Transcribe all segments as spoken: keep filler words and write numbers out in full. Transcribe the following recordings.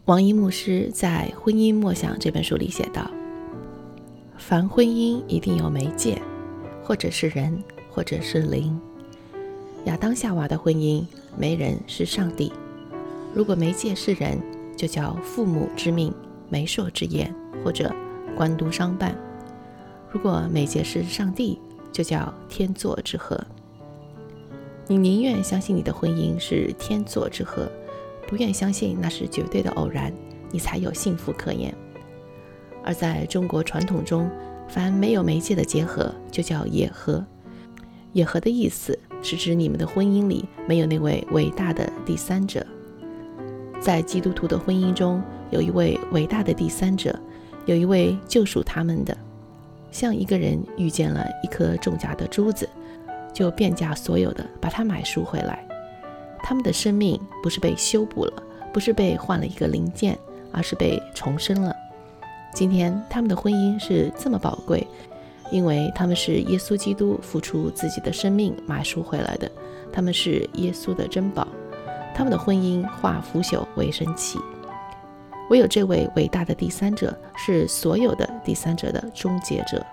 王一牧师在《婚姻默想》这本书里写道，凡婚姻一定有媒介，或者是人，或者是灵。亚当夏娃的婚姻，媒人是上帝，如果媒介是人，就叫父母之命、媒妁之言，或者官督商办；如果媒介是上帝，就叫天作之合。你宁愿相信你的婚姻是天作之合，不愿相信那是绝对的偶然，你才有幸福可言。而在中国传统中，凡没有媒介的结合就叫野合。野合的意思是指你们的婚姻里没有那位伟大的第三者。在基督徒的婚姻中，有一位伟大的第三者，有一位救赎他们的。像一个人遇见了一颗重价的珠子，就变价所有的把它买赎回来。他们的生命不是被修补了，不是被换了一个零件，而是被重生了。今天他们的婚姻是这么宝贵，因为他们是耶稣基督付出自己的生命买赎回来的，他们是耶稣的珍宝。他们的婚姻化腐朽为神奇。唯有这位伟大的第三者是所有的第三者的终结者。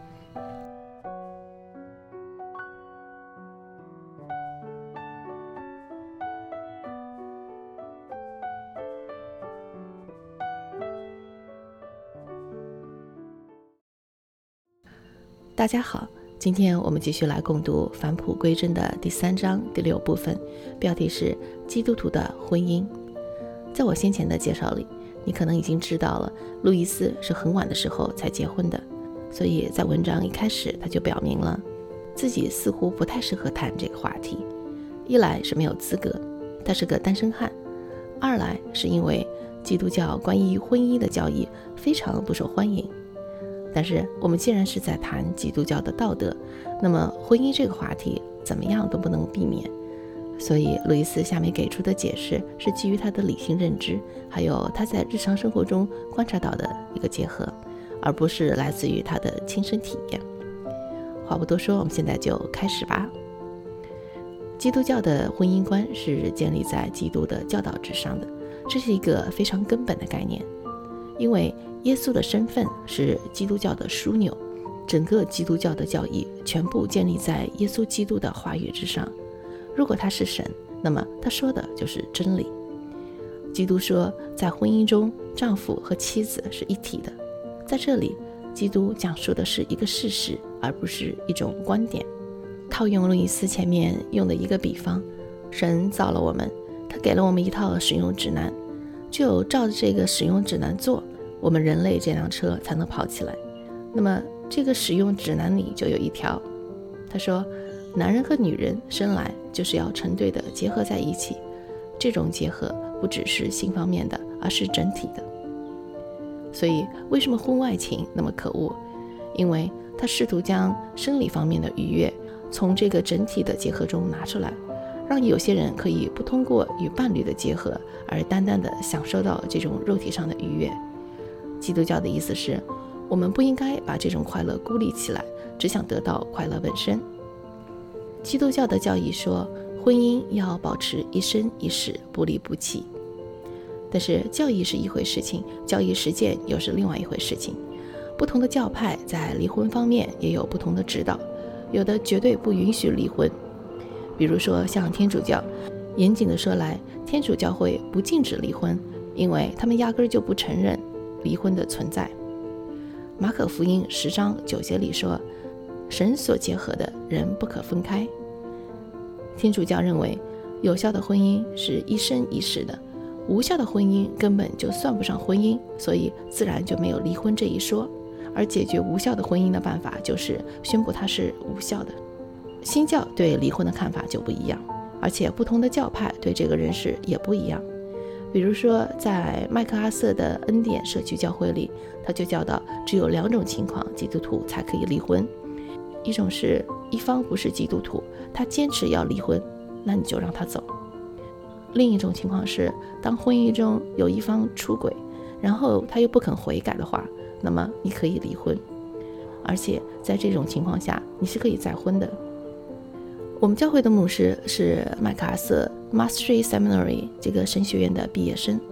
大家好，今天我们继续来共读返璞归真的第三章第六部分，标题是基督徒的婚姻。在我先前的介绍里，你可能已经知道了，路易斯是很晚的时候才结婚的，所以在文章一开始他就表明了自己似乎不太适合谈这个话题。一来是没有资格，他是个单身汉；二来是因为基督教关于婚姻的教义非常不受欢迎。但是我们既然是在谈基督教的道德，那么婚姻这个话题怎么样都不能避免。所以路易斯下面给出的解释是基于他的理性认知，还有他在日常生活中观察到的一个结合，而不是来自于他的亲身体验。话不多说，我们现在就开始吧。基督教的婚姻观是建立在基督的教导之上的，这是一个非常根本的概念。因为耶稣的身份是基督教的枢纽，整个基督教的教义全部建立在耶稣基督的话语之上。如果他是神，那么他说的就是真理。基督说，在婚姻中，丈夫和妻子是一体的。在这里，基督讲述的是一个事实，而不是一种观点。套用路易斯前面用的一个比方，神造了我们，他给了我们一套使用指南，只有照着这个使用指南做，我们人类这辆车才能跑起来。那么这个使用指南里就有一条，他说男人和女人生来就是要成对的结合在一起，这种结合不只是性方面的，而是整体的。所以为什么婚外情那么可恶？因为他试图将生理方面的愉悦从这个整体的结合中拿出来，让有些人可以不通过与伴侣的结合而单单的享受到这种肉体上的愉悦。基督教的意思是，我们不应该把这种快乐孤立起来，只想得到快乐本身。基督教的教义说，婚姻要保持一生一世，不离不弃。但是教义是一回事情，教义实践又是另外一回事情。不同的教派在离婚方面也有不同的指导，有的绝对不允许离婚。比如说像天主教，严谨的说来，天主教会不禁止离婚，因为他们压根就不承认离婚的存在。马可福音十章九节里说，神所结合的人不可分开。天主教认为有效的婚姻是一生一世的，无效的婚姻根本就算不上婚姻，所以自然就没有离婚这一说。而解决无效的婚姻的办法就是宣布它是无效的。新教对离婚的看法就不一样，而且不同的教派对这个人事也不一样。比如说在麦克阿瑟的恩典社区教会里，他就教导只有两种情况基督徒才可以离婚，一种是一方不是基督徒，他坚持要离婚，那你就让他走。另一种情况是，当婚姻中有一方出轨，然后他又不肯悔改的话，那么你可以离婚，而且在这种情况下你是可以再婚的。我们教会的牧师是麦克阿瑟 Mastery Seminary 这个神学院的毕业生，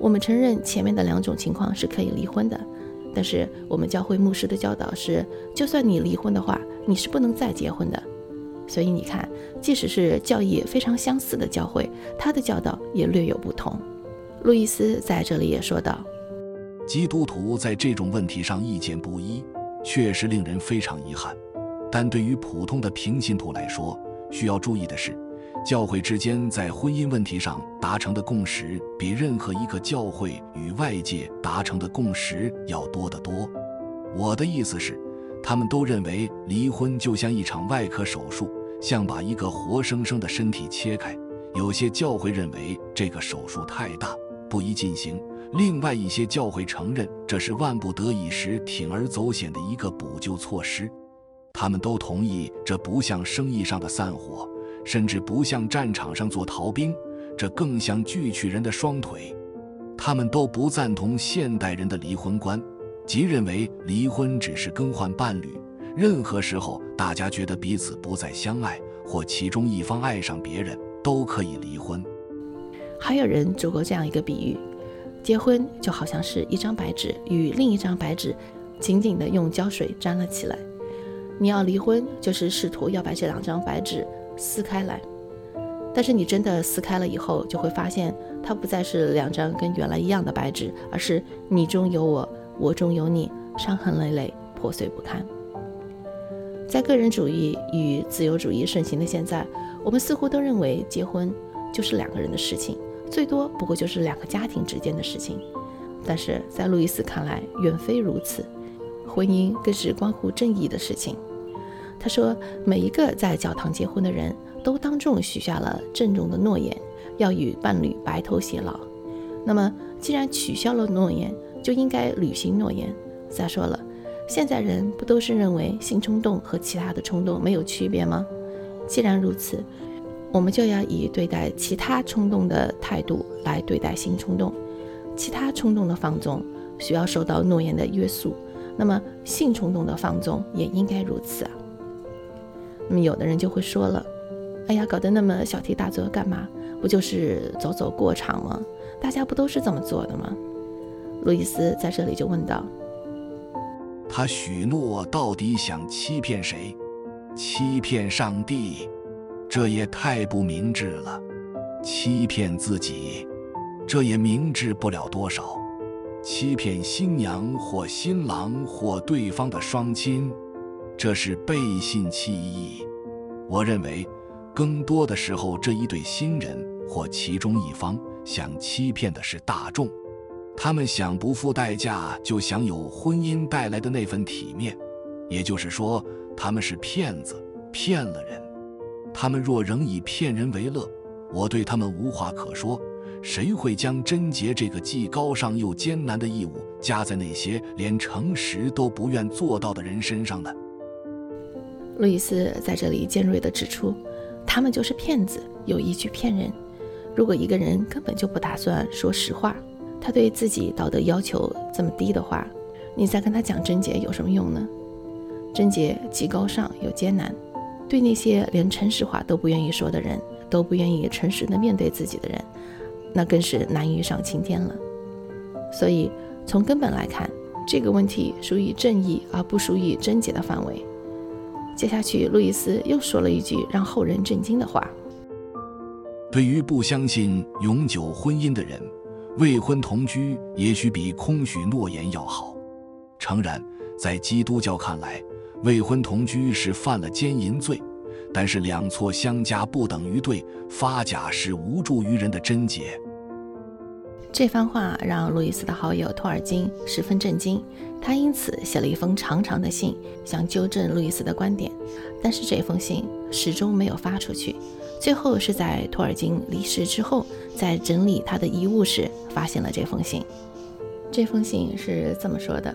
我们承认前面的两种情况是可以离婚的，但是我们教会牧师的教导是，就算你离婚的话，你是不能再结婚的。所以你看，即使是教义非常相似的教会，他的教导也略有不同。路易斯在这里也说道， 基督徒在这种问题上意见不一，确实令人非常遗憾。但对于普通的平信徒来说，需要注意的是，教会之间在婚姻问题上达成的共识比任何一个教会与外界达成的共识要多得多。我的意思是，他们都认为离婚就像一场外科手术，像把一个活生生的身体切开。有些教会认为这个手术太大，不宜进行，另外一些教会承认这是万不得已时铤而走险的一个补救措施。他们都同意这不像生意上的散伙，甚至不像战场上做逃兵，这更像锯去人的双腿。他们都不赞同现代人的离婚观，即认为离婚只是更换伴侣，任何时候大家觉得彼此不再相爱，或其中一方爱上别人，都可以离婚。 还有人做过这样一个比喻，结婚就好像是一张白纸与另一张白纸紧紧地用胶水粘了起来，你要离婚就是试图要把这两张白纸撕开来，但是你真的撕开了以后，就会发现它不再是两张跟原来一样的白纸，而是你中有我，我中有你，伤痕累累，破碎不堪。在个人主义与自由主义盛行的现在，我们似乎都认为结婚就是两个人的事情，最多不过就是两个家庭之间的事情。但是在路易斯看来，远非如此，婚姻更是关乎正义的事情。他说，每一个在教堂结婚的人都当众许下了郑重的诺言，要与伴侣白头偕老。那么既然取消了诺言，就应该履行诺言。再说了，现在人不都是认为性冲动和其他的冲动没有区别吗？既然如此，我们就要以对待其他冲动的态度来对待性冲动。其他冲动的放纵需要受到诺言的约束，那么性冲动的放纵也应该如此啊。那么有的人就会说了，哎呀，搞得那么小题大做干嘛？不就是走走过场吗？大家不都是这么做的吗？路易斯在这里就问道， 他许诺到底想欺骗谁？欺骗上帝，这也太不明智了。欺骗自己，这也明智不了多少。欺骗新娘或新郎或对方的双亲，这是背信弃义。我认为更多的时候，这一对新人或其中一方想欺骗的是大众，他们想不付代价就享有婚姻带来的那份体面，也就是说，他们是骗子，骗了人。他们若仍以骗人为乐，我对他们无话可说。谁会将贞洁这个既高尚又艰难的义务加在那些连诚实都不愿做到的人身上呢？ 路易斯在这里尖锐地指出，他们就是骗子，有意去骗人。如果一个人根本就不打算说实话，他对自己道德要求这么低的话，你再跟他讲贞洁有什么用呢？贞洁既高尚又艰难，对那些连诚实话都不愿意说的人，都不愿意诚实地面对自己的人，那更是难于上青天了。所以从根本来看，这个问题属于正义而不属于贞洁的范围。接下去路易斯又说了一句让后人震惊的话， 对于不相信永久婚姻的人，未婚同居也许比空许诺言要好。诚然，在基督教看来，未婚同居是犯了奸淫罪，但是两错相加不等于对，发假是无助于人的贞洁。 这番话让路易斯的好友托尔金十分震惊，他因此写了一封长长的信，想纠正路易斯的观点，但是这封信始终没有发出去。最后是在托尔金离世之后，在整理他的遗物时发现了这封信。这封信是这么说的：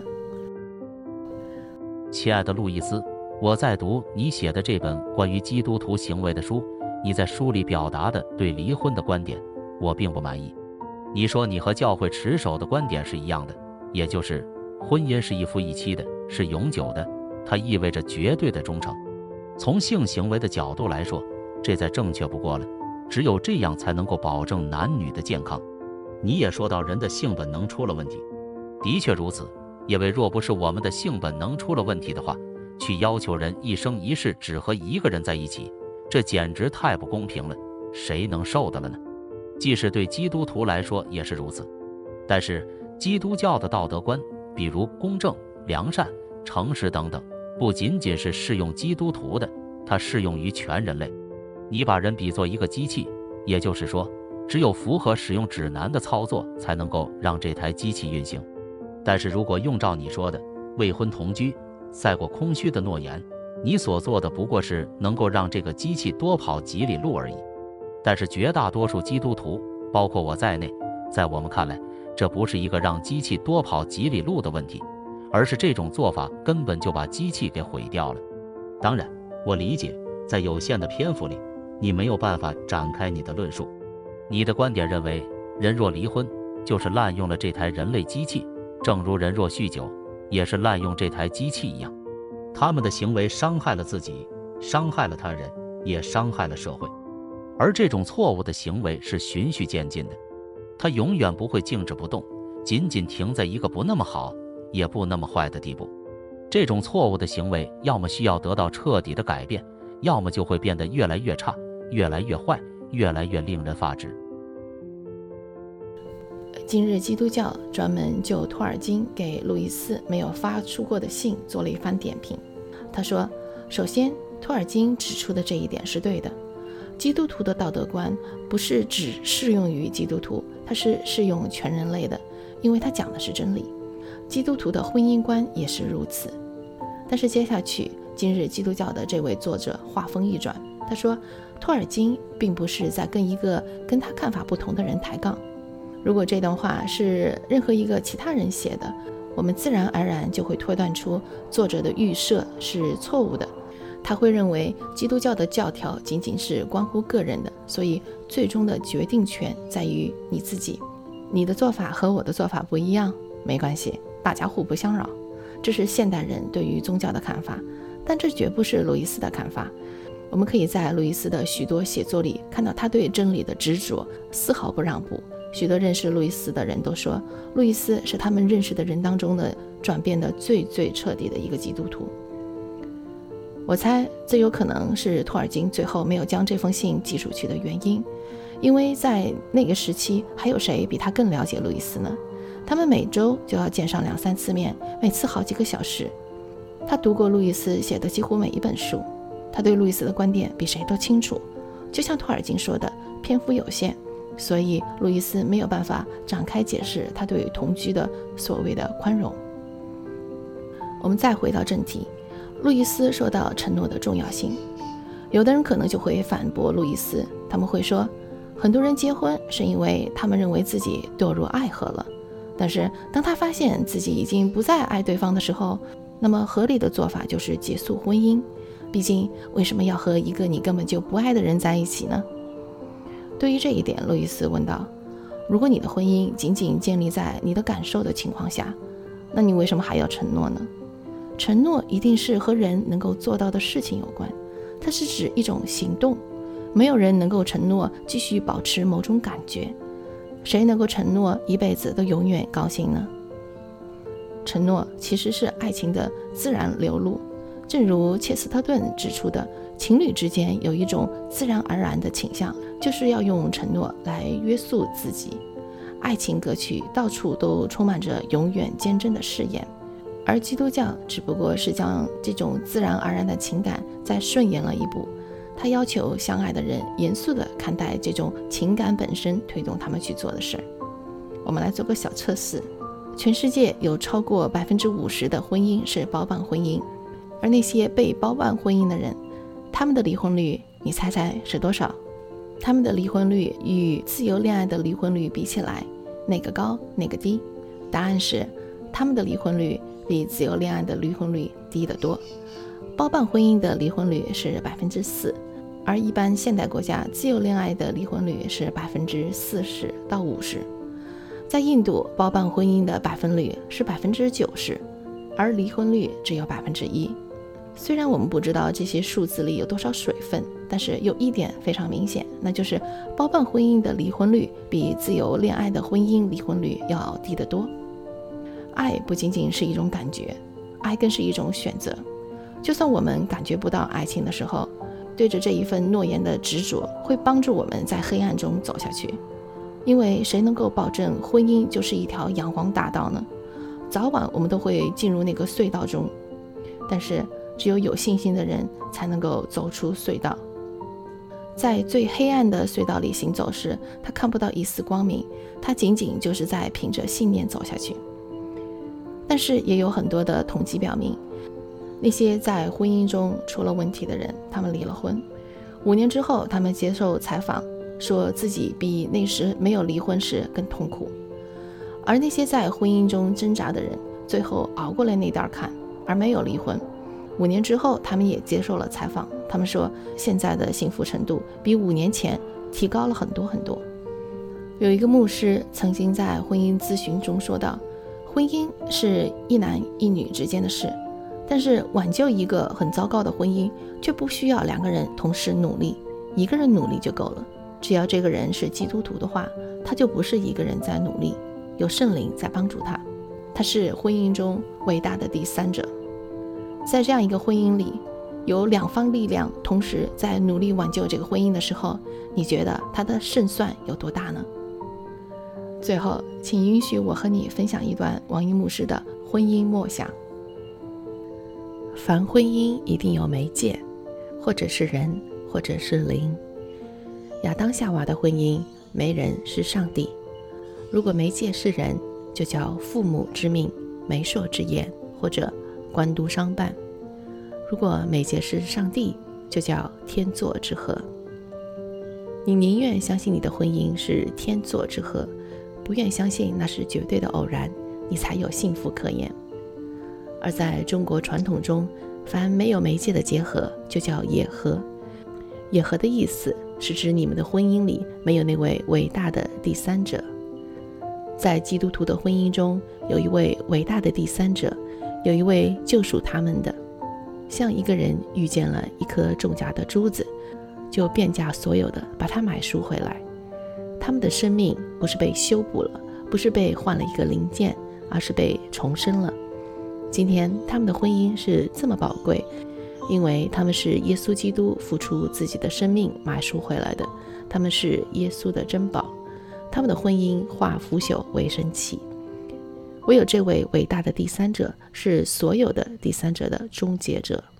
亲爱的路易斯，我在读你写的这本关于基督徒行为的书，你在书里表达的对离婚的观点，我并不满意。你说你和教会持守的观点是一样的，也就是婚姻是一夫一妻的，是永久的，它意味着绝对的忠诚。从性行为的角度来说，这再正确不过了，只有这样才能够保证男女的健康。 你也说到人的性本能出了问题，的确如此，因为若不是我们的性本能出了问题的话，去要求人一生一世只和一个人在一起，这简直太不公平了，谁能受得了呢？即使对基督徒来说也是如此。但是基督教的道德观，比如公正、良善、诚实等等，不仅仅是适用基督徒的，它适用于全人类。你把人比作一个机器，也就是说，只有符合使用指南的操作才能够让这台机器运行。但是如果用照你说的未婚同居、赛过空虚的诺言，你所做的不过是能够让这个机器多跑几里路而已。但是绝大多数基督徒，包括我在内，在我们看来，这不是一个让机器多跑几里路的问题，而是这种做法根本就把机器给毁掉了。当然，我理解，在有限的篇幅里，你没有办法展开你的论述。你的观点认为，人若离婚，就是滥用了这台人类机器，正如人若酗酒，也是滥用这台机器一样。他们的行为伤害了自己，伤害了他人，也伤害了社会。而这种错误的行为是循序渐进的，它永远不会静止不动，仅仅停在一个不那么好，也不那么坏的地步。这种错误的行为，要么需要得到彻底的改变，要么就会变得越来越差，越来越坏，越来越令人发指。 今日基督教专门就托尔金给路易斯没有发出过的信做了一番点评。他说，首先，托尔金指出的这一点是对的，基督徒的道德观不是只适用于基督徒，它是适用全人类的，因为它讲的是真理。基督徒的婚姻观也是如此。但是接下去，今日基督教的这位作者话锋一转，他说，托尔金并不是在跟一个跟他看法不同的人抬杠。如果这段话是任何一个其他人写的，我们自然而然就会推断出作者的预设是错误的。他会认为基督教的教条仅仅是关乎个人的，所以最终的决定权在于你自己。你的做法和我的做法不一样，没关系，大家互不相扰。这是现代人对于宗教的看法，但这绝不是路易斯的看法。我们可以在路易斯的许多写作里看到他对真理的执着，丝毫不让步。许多认识路易斯的人都说，路易斯是他们认识的人当中的转变的最最彻底的一个基督徒。我猜这有可能是托尔金最后没有将这封信寄出去的原因，因为在那个时期，还有谁比他更了解路易斯呢？他们每周就要见上两三次面，每次好几个小时。他读过路易斯写的几乎每一本书，他对路易斯的观点比谁都清楚。就像托尔金说的，篇幅有限，所以路易斯没有办法展开解释他对同居的所谓的宽容。我们再回到正题，路易斯说到承诺的重要性，有的人可能就会反驳路易斯，他们会说，很多人结婚是因为他们认为自己堕入爱河了，但是当他发现自己已经不再爱对方的时候，那么合理的做法就是结束婚姻。毕竟为什么要和一个你根本就不爱的人在一起呢？对于这一点，路易斯问道，如果你的婚姻仅仅建立在你的感受的情况下，那你为什么还要承诺呢？承诺一定是和人能够做到的事情有关，它是指一种行动。没有人能够承诺继续保持某种感觉，谁能够承诺一辈子都永远高兴呢？承诺其实是爱情的自然流露，正如切斯特顿指出的，情侣之间有一种自然而然的倾向，就是要用承诺来约束自己。爱情歌曲到处都充满着永远坚贞的誓言，而基督教只不过是将这种自然而然的情感再顺延了一步，他要求相爱的人严肃地看待这种情感本身推动他们去做的事儿。我们来做个小测试，全世界有超过百分之五十的婚姻是包办婚姻，而那些被包办婚姻的人，他们的离婚率你猜猜是多少？他们的离婚率与自由恋爱的离婚率比起来，哪个高哪个低？答案是他们的离婚率比自由恋爱的离婚率低得多。包办婚姻的离婚率是百分之四，而一般现代国家自由恋爱的离婚率是百分之四十到五十。在印度，包办婚姻的百分率是百分之九十，而离婚率只有百分之一。虽然我们不知道这些数字里有多少水分， 但是有一点非常明显，那就是包办婚姻的离婚率比自由恋爱的婚姻离婚率要低得多。爱不仅仅是一种感觉，爱更是一种选择。就算我们感觉不到爱情的时候，对着这一份诺言的执着会帮助我们在黑暗中走下去。因为谁能够保证婚姻就是一条阳光大道呢？早晚我们都会进入那个隧道中，但是只有有信心的人才能够走出隧道。在最黑暗的隧道里行走时，他看不到一丝光明，他仅仅就是在凭着信念走下去。但是也有很多的统计表明，那些在婚姻中出了问题的人，他们离了婚，五年之后他们接受采访，说自己比那时没有离婚时更痛苦。而那些在婚姻中挣扎的人，最后熬过了那道坎，而没有离婚，五年之后他们也接受了采访，他们说现在的幸福程度比五年前提高了很多很多。有一个牧师曾经在婚姻咨询中说道，婚姻是一男一女之间的事，但是挽救一个很糟糕的婚姻却不需要两个人同时努力，一个人努力就够了。只要这个人是基督徒的话，他就不是一个人在努力，有圣灵在帮助他，他是婚姻中伟大的第三者。在这样一个婚姻里，有两方力量同时在努力挽救这个婚姻的时候，你觉得他的胜算有多大呢？最后，请允许我和你分享一段王一牧师的婚姻默想。 凡婚姻一定有媒介，或者是人，或者是灵。亚当夏娃的婚姻，媒人是上帝。如果媒介是人，就叫父母之命、媒妁之言，或者官督商办；如果媒介是上帝，就叫天作之合。你宁愿相信你的婚姻是天作之合，不愿相信那是绝对的偶然，你才有幸福可言。而在中国传统中，凡没有媒介的结合就叫野合。野合的意思是指你们的婚姻里没有那位伟大的第三者。在基督徒的婚姻中，有一位伟大的第三者，有一位救赎他们的。像一个人遇见了一颗重价的珠子，就变价所有的把它买赎回来。他们的生命不是被修补了，不是被换了一个零件，而是被重生了。今天他们的婚姻是这么宝贵，因为他们是耶稣基督付出自己的生命买赎回来的，他们是耶稣的珍宝。他们的婚姻化腐朽为神奇。唯有这位伟大的第三者是所有的第三者的终结者。